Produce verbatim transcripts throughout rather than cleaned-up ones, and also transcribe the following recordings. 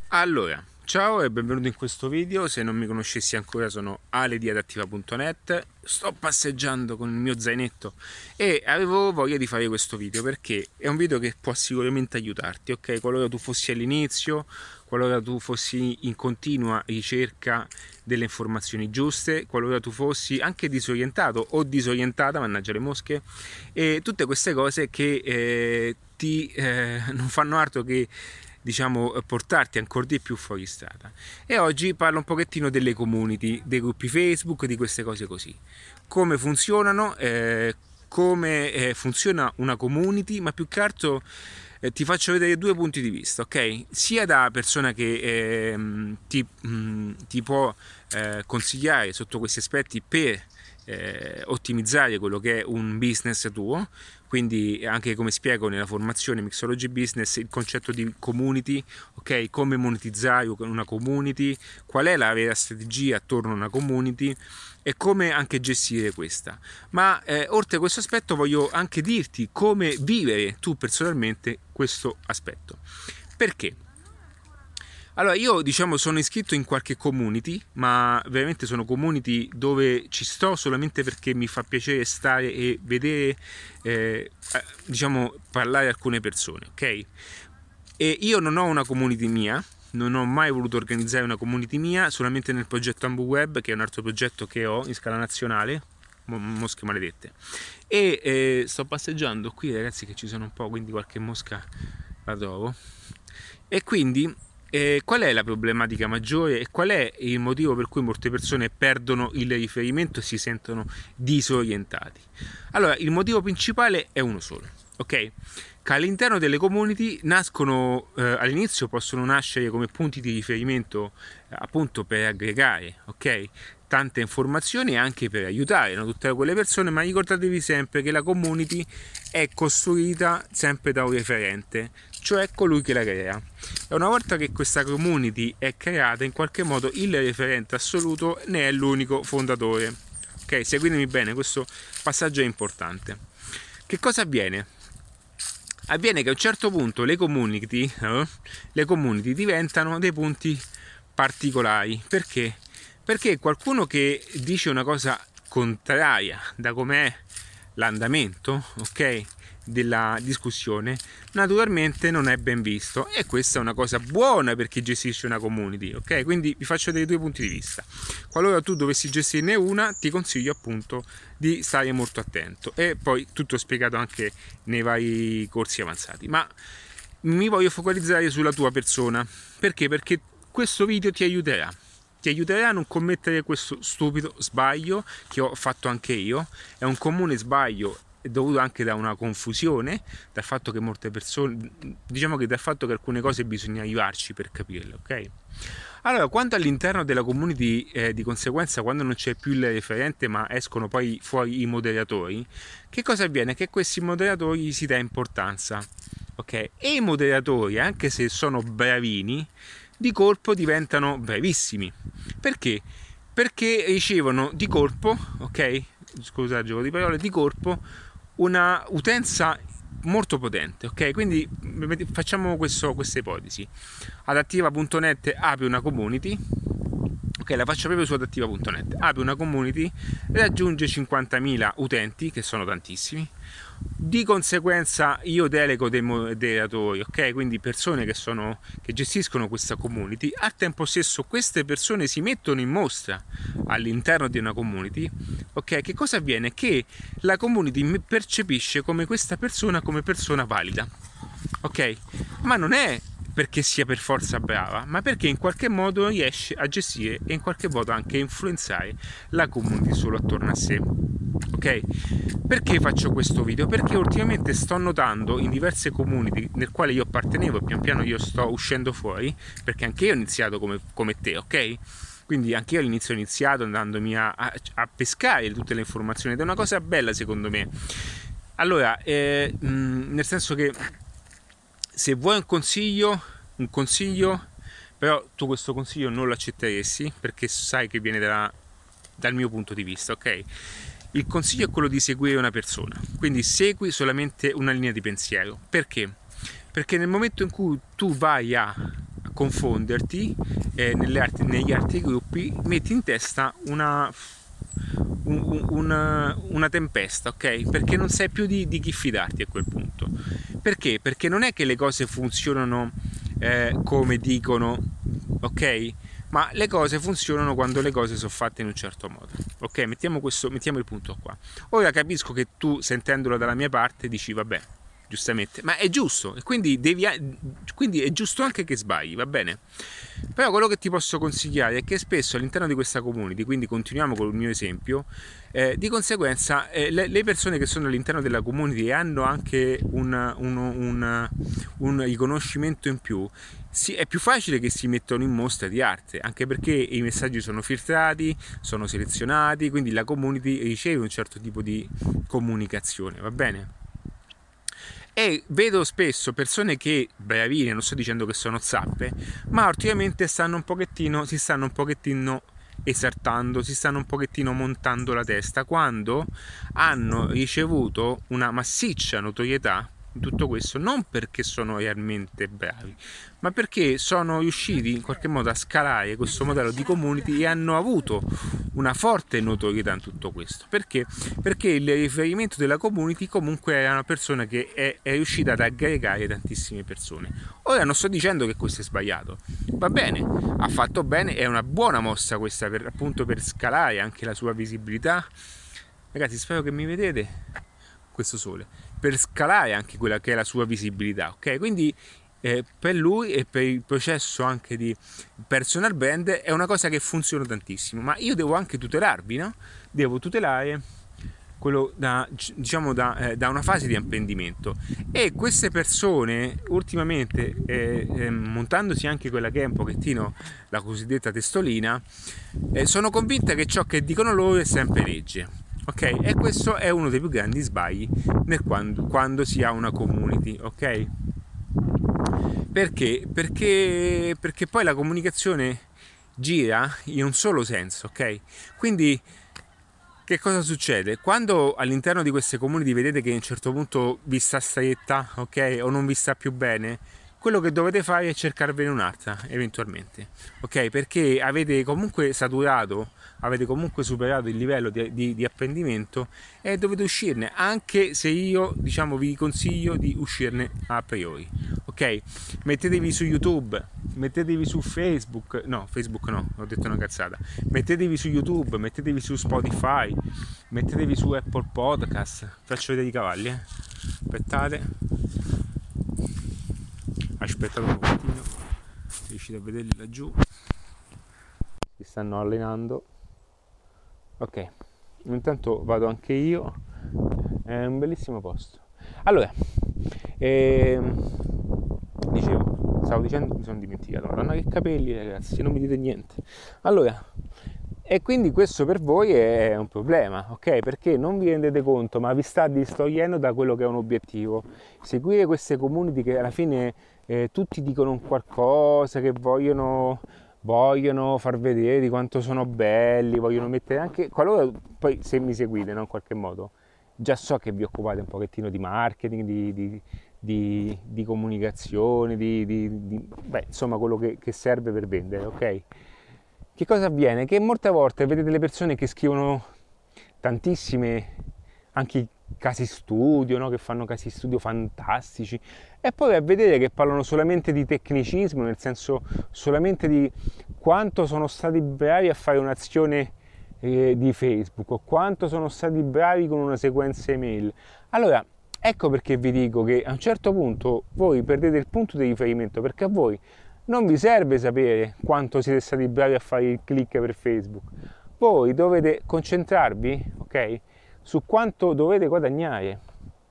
Allora, ciao e benvenuto in questo video. Se non mi conoscessi ancora, sono Ale di adattiva punto net. Sto passeggiando con il mio zainetto e avevo voglia di fare questo video perché è un video che può sicuramente aiutarti, ok? Qualora tu fossi all'inizio, qualora tu fossi in continua ricerca delle informazioni giuste, qualora tu fossi anche disorientato o disorientata, mannaggia le mosche, e tutte queste cose che eh, ti eh, non fanno altro che diciamo portarti ancora di più fuori strada. E oggi parlo un pochettino delle community, dei gruppi Facebook, di queste cose così, come funzionano, eh, come eh, funziona una community, ma più che altro eh, ti faccio vedere due punti di vista, ok? Sia da persona che eh, ti, mh, ti può eh, consigliare sotto questi aspetti per eh, ottimizzare quello che è un business tuo, quindi anche come spiego nella formazione Mixology Business il concetto di community, ok? Come monetizzare una community, qual è la vera strategia attorno a una community e come anche gestire questa. Ma eh, oltre a questo aspetto voglio anche dirti come vivere tu personalmente questo aspetto. Perché? Allora, io diciamo sono iscritto in qualche community, ma veramente sono community dove ci sto solamente perché mi fa piacere stare e vedere, eh, diciamo, parlare a alcune persone, ok? E io non ho una community mia, non ho mai voluto organizzare una community mia, solamente nel progetto AmbuWeb, che è un altro progetto che ho in scala nazionale, mosche maledette. E eh, sto passeggiando qui, ragazzi, che ci sono un po', quindi qualche mosca la trovo. E quindi Eh, qual è la problematica maggiore e qual è il motivo per cui molte persone perdono il riferimento e si sentono disorientati? Allora, il motivo principale è uno solo, ok? Che all'interno delle community nascono, eh, all'inizio possono nascere come punti di riferimento eh, appunto per aggregare, ok? Tante informazioni e anche per aiutare, no? Tutte quelle persone, ma ricordatevi sempre che la community è costruita sempre da un referente, cioè colui che la crea. E una volta che questa community è creata, in qualche modo il referente assoluto ne è l'unico fondatore. Ok, seguitemi bene, questo passaggio è importante. Che cosa avviene? Avviene che a un certo punto le community, eh, le community diventano dei punti particolari. Perché? Perché qualcuno che dice una cosa contraria da com'è l'andamento, ok, della discussione, naturalmente non è ben visto, e questa è una cosa buona per chi gestisce una community, ok? Quindi vi faccio dei due punti di vista. Qualora tu dovessi gestirne una, ti consiglio appunto di stare molto attento, e poi tutto spiegato anche nei vari corsi avanzati. Ma mi voglio focalizzare sulla tua persona. Perché? Perché questo video ti aiuterà ti aiuterà a non commettere questo stupido sbaglio che ho fatto anche io. È un comune sbaglio dovuto anche da una confusione, dal fatto che molte persone, diciamo che dal fatto che alcune cose bisogna arrivarci per capirle, ok? Allora, quando all'interno della community eh, di conseguenza, quando non c'è più il referente ma escono poi fuori i moderatori, che cosa avviene? Che questi moderatori si dà importanza, ok? E i moderatori, anche se sono bravini, di colpo diventano bravissimi. Perché? Perché ricevono di colpo, ok? Scusate il gioco di parole, di colpo una utenza molto potente, ok? Quindi facciamo questo, questa ipotesi. adattiva punto net apre una community, ok, la faccio proprio su adattiva punto net, apre una community, raggiunge cinquantamila utenti, che sono tantissimi. Di conseguenza io delego dei moderatori, ok? Quindi persone che sono che gestiscono questa community. Al tempo stesso queste persone si mettono in mostra all'interno di una community, ok? Che cosa avviene? Che la community percepisce come questa persona come persona valida, ok? Ma non è perché sia per forza brava, ma perché in qualche modo riesce a gestire e in qualche modo anche a influenzare la community solo attorno a sé, ok? Perché faccio questo video? Perché ultimamente sto notando in diverse community nel quale io appartenevo, pian piano io sto uscendo fuori, perché anche io ho iniziato come, come te, ok? Quindi anche io all'inizio ho iniziato andandomi a, a, a pescare tutte le informazioni, ed è una cosa bella secondo me. Allora, eh, mh, nel senso che se vuoi un consiglio, un consiglio, però tu questo consiglio non lo accetteresti perché sai che viene da, dal mio punto di vista, ok? Il consiglio è quello di seguire una persona, quindi segui solamente una linea di pensiero. Perché? Perché nel momento in cui tu vai a confonderti eh, nelle arti, negli altri gruppi, metti in testa una, un, una, una tempesta, ok? Perché non sai più di, di chi fidarti a quel punto. Perché? Perché non è che le cose funzionano eh, come dicono, ok? Ma le cose funzionano quando le cose sono fatte in un certo modo, ok? Mettiamo, questo, mettiamo il punto qua. Ora capisco che tu, sentendolo dalla mia parte, dici vabbè, giustamente, ma è giusto, e quindi, devi, quindi è giusto anche che sbagli, va bene? Però quello che ti posso consigliare è che spesso all'interno di questa community, quindi continuiamo con il mio esempio, eh, di conseguenza eh, le, le persone che sono all'interno della community e hanno anche un, un, un, un riconoscimento in più, sì, è più facile che si mettano in mostra di arte, anche perché i messaggi sono filtrati, sono selezionati, quindi la community riceve un certo tipo di comunicazione, va bene? E vedo spesso persone che, bravine, non sto dicendo che sono zappe, ma ultimamente stanno un pochettino, si stanno un pochettino esaltando, si stanno un pochettino montando la testa quando hanno ricevuto una massiccia notorietà in tutto questo, non perché sono realmente bravi, ma perché sono riusciti in qualche modo a scalare questo modello di community e hanno avuto una forte notorietà in tutto questo. Perché? Perché il riferimento della community comunque era una persona che è, è riuscita ad aggregare tantissime persone. Ora non sto dicendo che questo è sbagliato, va bene, ha fatto bene, è una buona mossa questa per, appunto per scalare anche la sua visibilità. Ragazzi, spero che mi vedete questo sole, per scalare anche quella che è la sua visibilità, ok? Quindi eh, per lui e per il processo anche di personal brand è una cosa che funziona tantissimo, ma io devo anche tutelarvi, no? Devo tutelare quello da, diciamo da, eh, da una fase di apprendimento, e queste persone ultimamente eh, eh, montandosi anche quella che è un pochettino la cosiddetta testolina, eh, sono convinta che ciò che dicono loro è sempre legge. Ok, e questo è uno dei più grandi sbagli nel quando, quando si ha una community, ok? Perché? Perché? Perché poi la comunicazione gira in un solo senso, ok? Quindi che cosa succede? Quando all'interno di queste community vedete che a un certo punto vi sta stretta, ok? O non vi sta più bene, quello che dovete fare è cercarvene un'altra eventualmente, ok? Perché avete comunque saturato, avete comunque superato il livello di, di, di apprendimento e dovete uscirne, anche se io diciamo vi consiglio di uscirne a priori, ok? Mettetevi su YouTube, mettetevi su Facebook, no, Facebook no, ho detto una cazzata, mettetevi su YouTube, mettetevi su Spotify, mettetevi su Apple Podcast, faccio vedere i cavalli, eh? Aspettate. Aspettate un pochettino, riuscite a vederli laggiù, si stanno allenando. Ok, intanto vado anche io, è un bellissimo posto. Allora, ehm, dicevo, stavo dicendo, mi sono dimenticato, madonna che capelli ragazzi, non mi dite niente. Allora, e quindi questo per voi è un problema, ok? Perché non vi rendete conto, ma vi sta distogliendo da quello che è un obiettivo. Seguire queste community che alla fine eh, tutti dicono qualcosa, che vogliono, vogliono far vedere di quanto sono belli, vogliono mettere anche, qualora poi se mi seguite, no, in qualche modo, già so che vi occupate un pochettino di marketing, di, di, di, di comunicazione, di, di, di, beh, insomma quello che, che serve per vendere, ok? Che cosa avviene? Che molte volte vedete delle persone che scrivono tantissime, anche casi studio, no? Che fanno casi studio fantastici, e poi a vedere che parlano solamente di tecnicismo, nel senso solamente di quanto sono stati bravi a fare un'azione eh, di Facebook, o quanto sono stati bravi con una sequenza email. Allora, ecco perché vi dico che a un certo punto voi perdete il punto di riferimento, perché a voi non vi serve sapere quanto siete stati bravi a fare il click per Facebook. Voi dovete concentrarvi, ok, su quanto dovete guadagnare,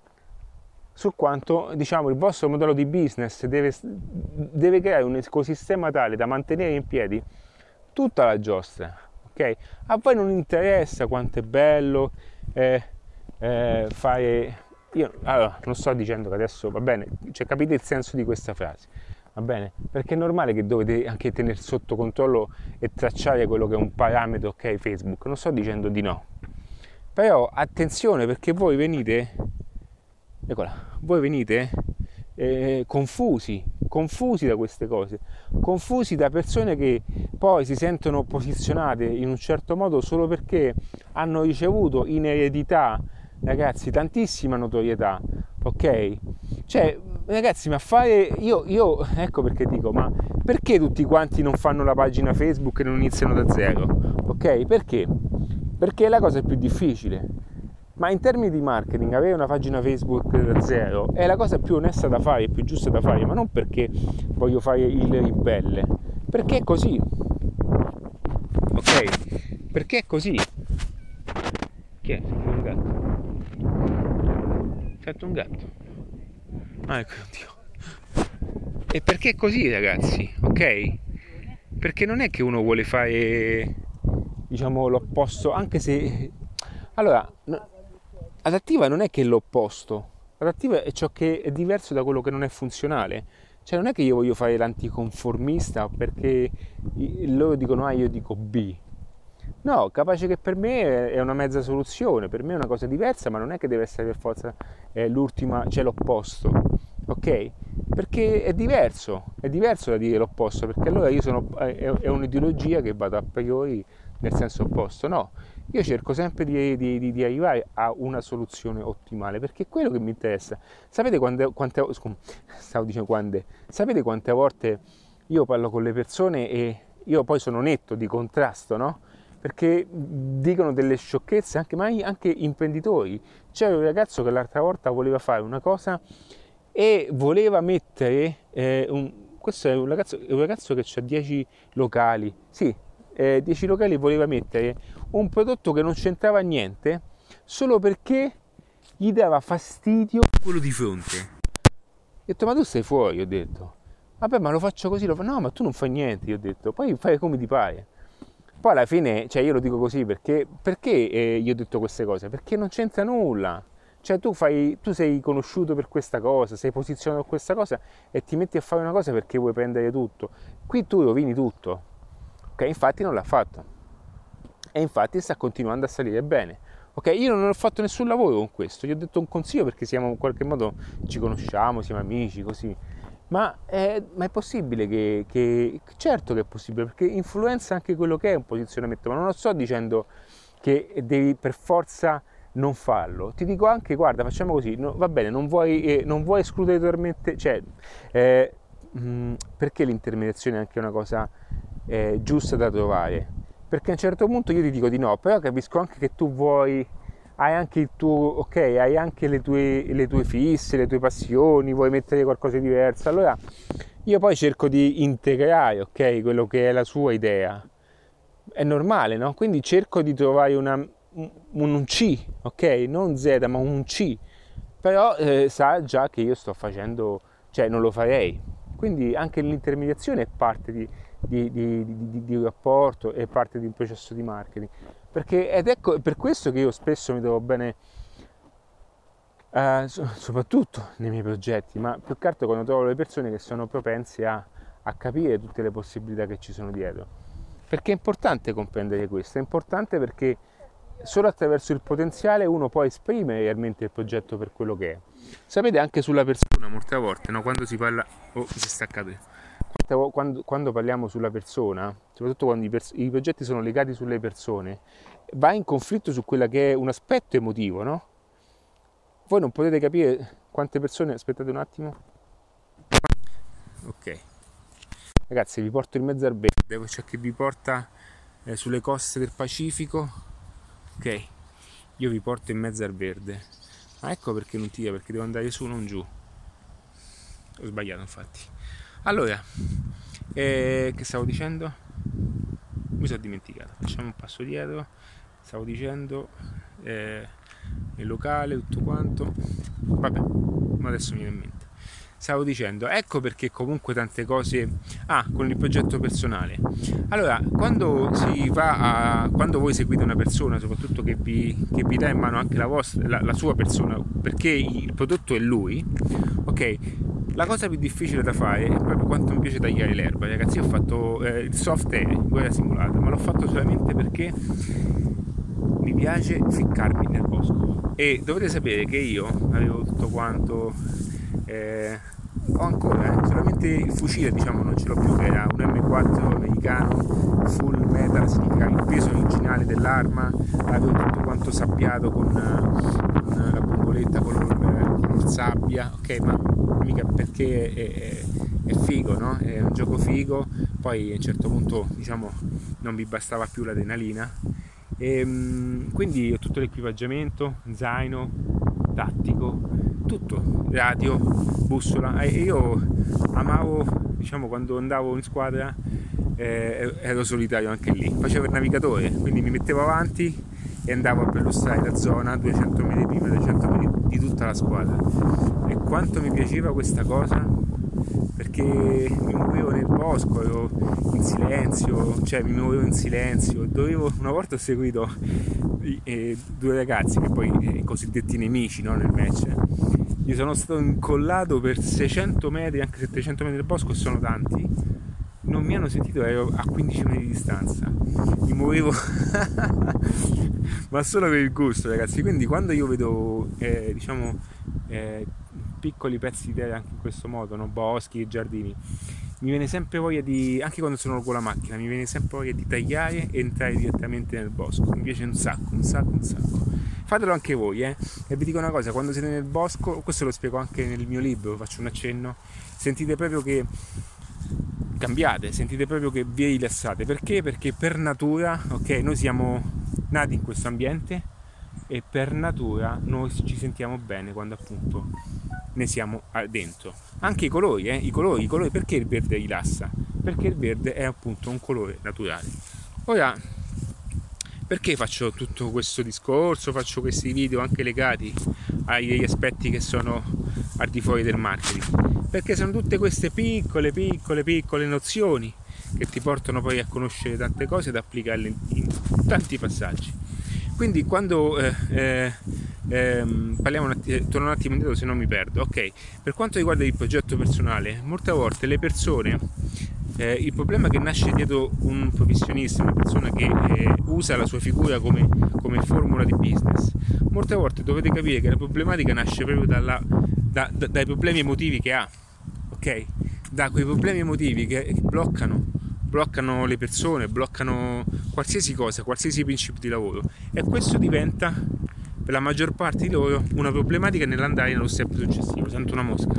su quanto, diciamo, il vostro modello di business deve, deve creare un ecosistema tale da mantenere in piedi tutta la giostra, ok? A voi non interessa quanto è bello eh, eh, fare... Io allora, non sto dicendo che adesso, va bene, cioè capite il senso di questa frase. Va bene? Perché è normale che dovete anche tenere sotto controllo e tracciare quello che è un parametro, ok, Facebook. Non sto dicendo di no. Però attenzione, perché voi venite, eccola, voi venite eh, confusi confusi da queste cose, confusi da persone che poi si sentono posizionate in un certo modo solo perché hanno ricevuto in eredità, ragazzi, tantissima notorietà, ok? Cioè, ragazzi, ma fare, io, io, ecco perché dico, ma perché tutti quanti non fanno la pagina Facebook e non iniziano da zero, ok? Perché? Perché è la cosa più difficile. Ma in termini di marketing, avere una pagina Facebook da zero è la cosa più onesta da fare, più giusta da fare, ma non perché voglio fare il ribelle, perché è così, ok? Perché è così. Che è? Sento un gatto. Sento un gatto. Ah, ecco, Dio. E perché è così, ragazzi, ok? Perché non è che uno vuole fare, diciamo, l'opposto, anche se... Allora... No... Adattiva non è che è l'opposto, adattiva è ciò che è diverso da quello che non è funzionale. Cioè non è che io voglio fare l'anticonformista perché loro dicono A, io dico B. No, capace che per me è una mezza soluzione, per me è una cosa diversa, ma non è che deve essere per forza eh, l'ultima, cioè l'opposto, ok? Perché è diverso, è diverso da dire l'opposto, perché allora io sono, è, è un'ideologia che vado a priori nel senso opposto, no. Io cerco sempre di, di, di arrivare a una soluzione ottimale, perché è quello che mi interessa. Sapete quante, quante stavo dicendo quante, sapete quante volte io parlo con le persone e io poi sono netto di contrasto, no? Perché dicono delle sciocchezze, anche, ma anche imprenditori. C'era un ragazzo che l'altra volta voleva fare una cosa e voleva mettere, eh, un, questo è un ragazzo, è un ragazzo che ha dieci locali, sì, eh, dieci locali e voleva mettere un prodotto che non c'entrava niente solo perché gli dava fastidio quello di fronte. Ho detto, ma tu sei fuori, ho detto. Vabbè, ma lo faccio così, lo fa... no, ma tu non fai niente, io ho detto, poi fai come ti pare. Poi alla fine, cioè io lo dico così perché, perché eh, io ho detto queste cose? Perché non c'entra nulla. Cioè tu, fai, tu sei conosciuto per questa cosa, sei posizionato per questa cosa e ti metti a fare una cosa perché vuoi prendere tutto. Qui tu rovini tutto. Ok, infatti non l'ha fatto. E infatti sta continuando a salire bene. Ok, io non ho fatto nessun lavoro con questo, gli ho detto un consiglio perché siamo in qualche modo, ci conosciamo, siamo amici, così. Ma è, ma è possibile che, che... Certo che è possibile, perché influenza anche quello che è un posizionamento, ma non lo sto dicendo che devi per forza non farlo. Ti dico anche, guarda, facciamo così, no, va bene, non vuoi, eh, non vuoi escludere totalmente... Cioè, eh, mh, perché l'intermediazione è anche una cosa eh, giusta da trovare? Perché a un certo punto io ti dico di no, però capisco anche che tu vuoi... hai anche il tuo, ok, hai anche le tue, le tue fisse, le tue passioni, vuoi mettere qualcosa di diverso. Allora io poi cerco di integrare, ok, quello che è la sua idea. È normale, no? Quindi cerco di trovare una, un, un C, ok? Non Z, ma un C. Però eh, sa già che io sto facendo, cioè non lo farei. Quindi anche l'intermediazione è parte di, di, di, di, di un rapporto, è parte di un processo di marketing. Perché, ed ecco, è per questo che io spesso mi trovo bene, eh, soprattutto nei miei progetti, ma più che altro quando trovo le persone che sono propense a, a capire tutte le possibilità che ci sono dietro. Perché è importante comprendere questo, è importante perché solo attraverso il potenziale uno può esprimere realmente il progetto per quello che è. Sapete, anche sulla persona, molte volte, no? Quando si parla... Oh, mi si è staccato. Quando, quando parliamo sulla persona, soprattutto quando i, pers- i progetti sono legati sulle persone, va in conflitto su quello che è un aspetto emotivo, no? Voi non potete capire quante persone... Aspettate un attimo. Ok. Ragazzi, vi porto in mezzo al verde, c'è chi vi porta eh, sulle coste del Pacifico. Ok, io vi porto in mezzo al verde. Ma ecco perché non tira, perché devo andare su, non giù. Ho sbagliato, infatti. Allora, eh, che stavo dicendo? Mi sono dimenticato. Facciamo un passo dietro. Stavo dicendo eh, il locale, tutto quanto. Vabbè, ma adesso mi viene in mente. Stavo dicendo, ecco perché comunque tante cose... Ah, con il progetto personale. Allora, quando si va a... Quando voi seguite una persona, soprattutto che vi, che vi dà in mano anche la, vostra, la, la sua persona, perché il prodotto è lui, ok? La cosa più difficile da fare è proprio quanto mi piace tagliare l'erba. Ragazzi, io ho fatto eh, il soft air, guerra simulata, ma l'ho fatto solamente perché mi piace ficcarmi nel bosco. E dovete sapere che io avevo tutto quanto... Eh, ho ancora, eh, solamente il fucile diciamo non ce l'ho più, che era un emme quattro americano full metal, significa il peso originale dell'arma, avevo tutto quanto sabbiato con, con la bomboletta color, color sabbia, ok, ma mica perché è, è, è figo, no? È un gioco figo, poi a un certo punto diciamo non mi bastava più l'adrenalina e quindi ho tutto l'equipaggiamento, zaino, tattico, tutto, radio, bussola, e io amavo, diciamo, quando andavo in squadra eh, ero solitario anche lì, facevo il navigatore, quindi mi mettevo avanti e andavo a perlustrare la zona duecento metri prima, duecento metri di tutta la squadra. E quanto mi piaceva questa cosa, perché mi muovevo nel bosco, ero in silenzio, cioè mi muovevo in silenzio, dovevo, una volta ho seguito eh, due ragazzi che poi eh, cosiddetti nemici, no, nel match, io sono stato incollato per seicento metri, anche settecento metri del bosco, e sono tanti, non mi hanno sentito, ero a quindici metri di distanza, mi muovevo ma solo per il gusto, ragazzi. Quindi quando io vedo eh, diciamo eh, piccoli pezzi di terra anche in questo modo, no? Boschi e giardini, mi viene sempre voglia di, anche quando sono con la macchina, mi viene sempre voglia di tagliare e entrare direttamente nel bosco. Mi piace un sacco, un sacco, un sacco. Fatelo anche voi, eh? E vi dico una cosa, quando siete nel bosco, questo lo spiego anche nel mio libro, faccio un accenno, sentite proprio che cambiate, sentite proprio che vi rilassate. Perché? Perché per natura, ok, noi siamo nati in questo ambiente e per natura noi ci sentiamo bene quando appunto ne siamo dentro. Anche i colori, eh? I colori, i colori, perché il verde rilassa? Perché il verde è appunto un colore naturale. Ora, perché faccio tutto questo discorso, faccio questi video anche legati agli aspetti che sono al di fuori del marketing? Perché sono tutte queste piccole, piccole, piccole nozioni che ti portano poi a conoscere tante cose ed applicarle in tanti passaggi. Quindi quando eh, eh, eh, parliamo un attimo, torno un attimo indietro se non mi perdo, ok? Per quanto riguarda il progetto personale, molte volte le persone, eh, il problema che nasce dietro un professionista, una persona che eh, usa la sua figura come, come formula di business, molte volte dovete capire che la problematica nasce proprio dalla, da, da, dai problemi emotivi che ha, ok? Da quei problemi emotivi che bloccano bloccano le persone, bloccano qualsiasi cosa, qualsiasi principio di lavoro, e questo diventa per la maggior parte di loro una problematica nell'andare nello step successivo. Sento una mosca,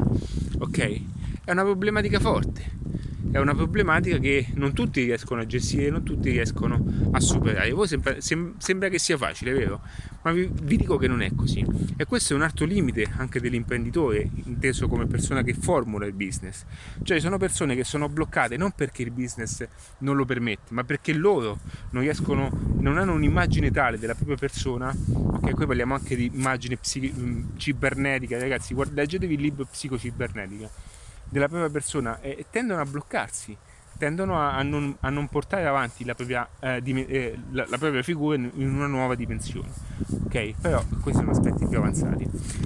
ok? È una problematica forte, è una problematica che non tutti riescono a gestire, non tutti riescono a superare. Voi sembra, sem- sembra che sia facile, vero? Ma vi, vi dico che non è così, e questo è un altro limite anche dell'imprenditore, inteso come persona che formula il business. Cioè sono persone che sono bloccate non perché il business non lo permette, ma perché loro non riescono, non hanno un'immagine tale della propria persona, che qui parliamo anche di immagine psichi- cibernetica, ragazzi, guarda, leggetevi il libro Psicocibernetica, della propria persona, e tendono a bloccarsi, tendono a, a, non, a non portare avanti la propria, eh, di, eh, la, la propria figura in, in una nuova dimensione, ok? Però questi sono aspetti più avanzati.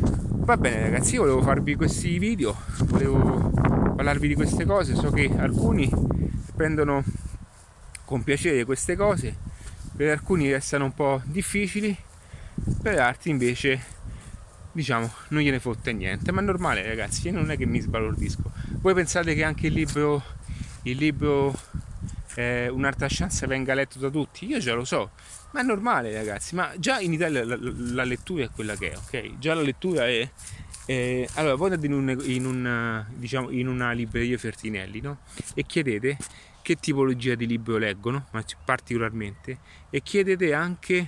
Va bene ragazzi, io volevo farvi questi video, volevo parlarvi di queste cose. So che alcuni prendono con piacere queste cose, per alcuni restano un po' difficili, per altri invece diciamo non gliene fotte niente, ma è normale ragazzi, io non è che mi sbalordisco. Voi pensate che anche il libro il libro eh, Un'altra chance venga letto da tutti? Io già lo so, ma è normale ragazzi, ma già in Italia la, la lettura è quella che è, ok? Già la lettura è eh, allora voi andate in, un, in, un, diciamo, in una libreria Fertinelli, no? E chiedete che tipologia di libro leggono, ma particolarmente, e chiedete anche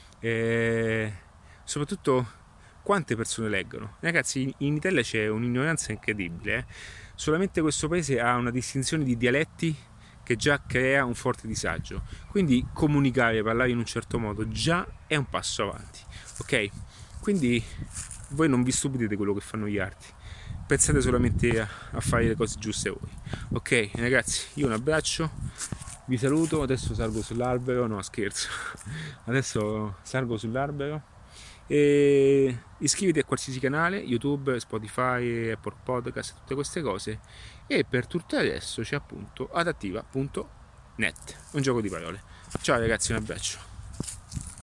eh, soprattutto quante persone leggono. Ragazzi, in Italia c'è un'ignoranza incredibile, eh? Solamente questo paese ha una distinzione di dialetti che già crea un forte disagio, quindi comunicare, parlare in un certo modo già è un passo avanti, ok? Quindi voi non vi stupidete quello che fanno gli altri, pensate solamente a, a fare le cose giuste voi, ok ragazzi? Io un abbraccio, vi saluto, adesso salgo sull'albero, no scherzo, adesso salgo sull'albero. E iscriviti a qualsiasi canale, YouTube, Spotify, Apple Podcast, tutte queste cose, e per tutto adesso c'è appunto adattiva punto net, un gioco di parole. Ciao ragazzi, un abbraccio.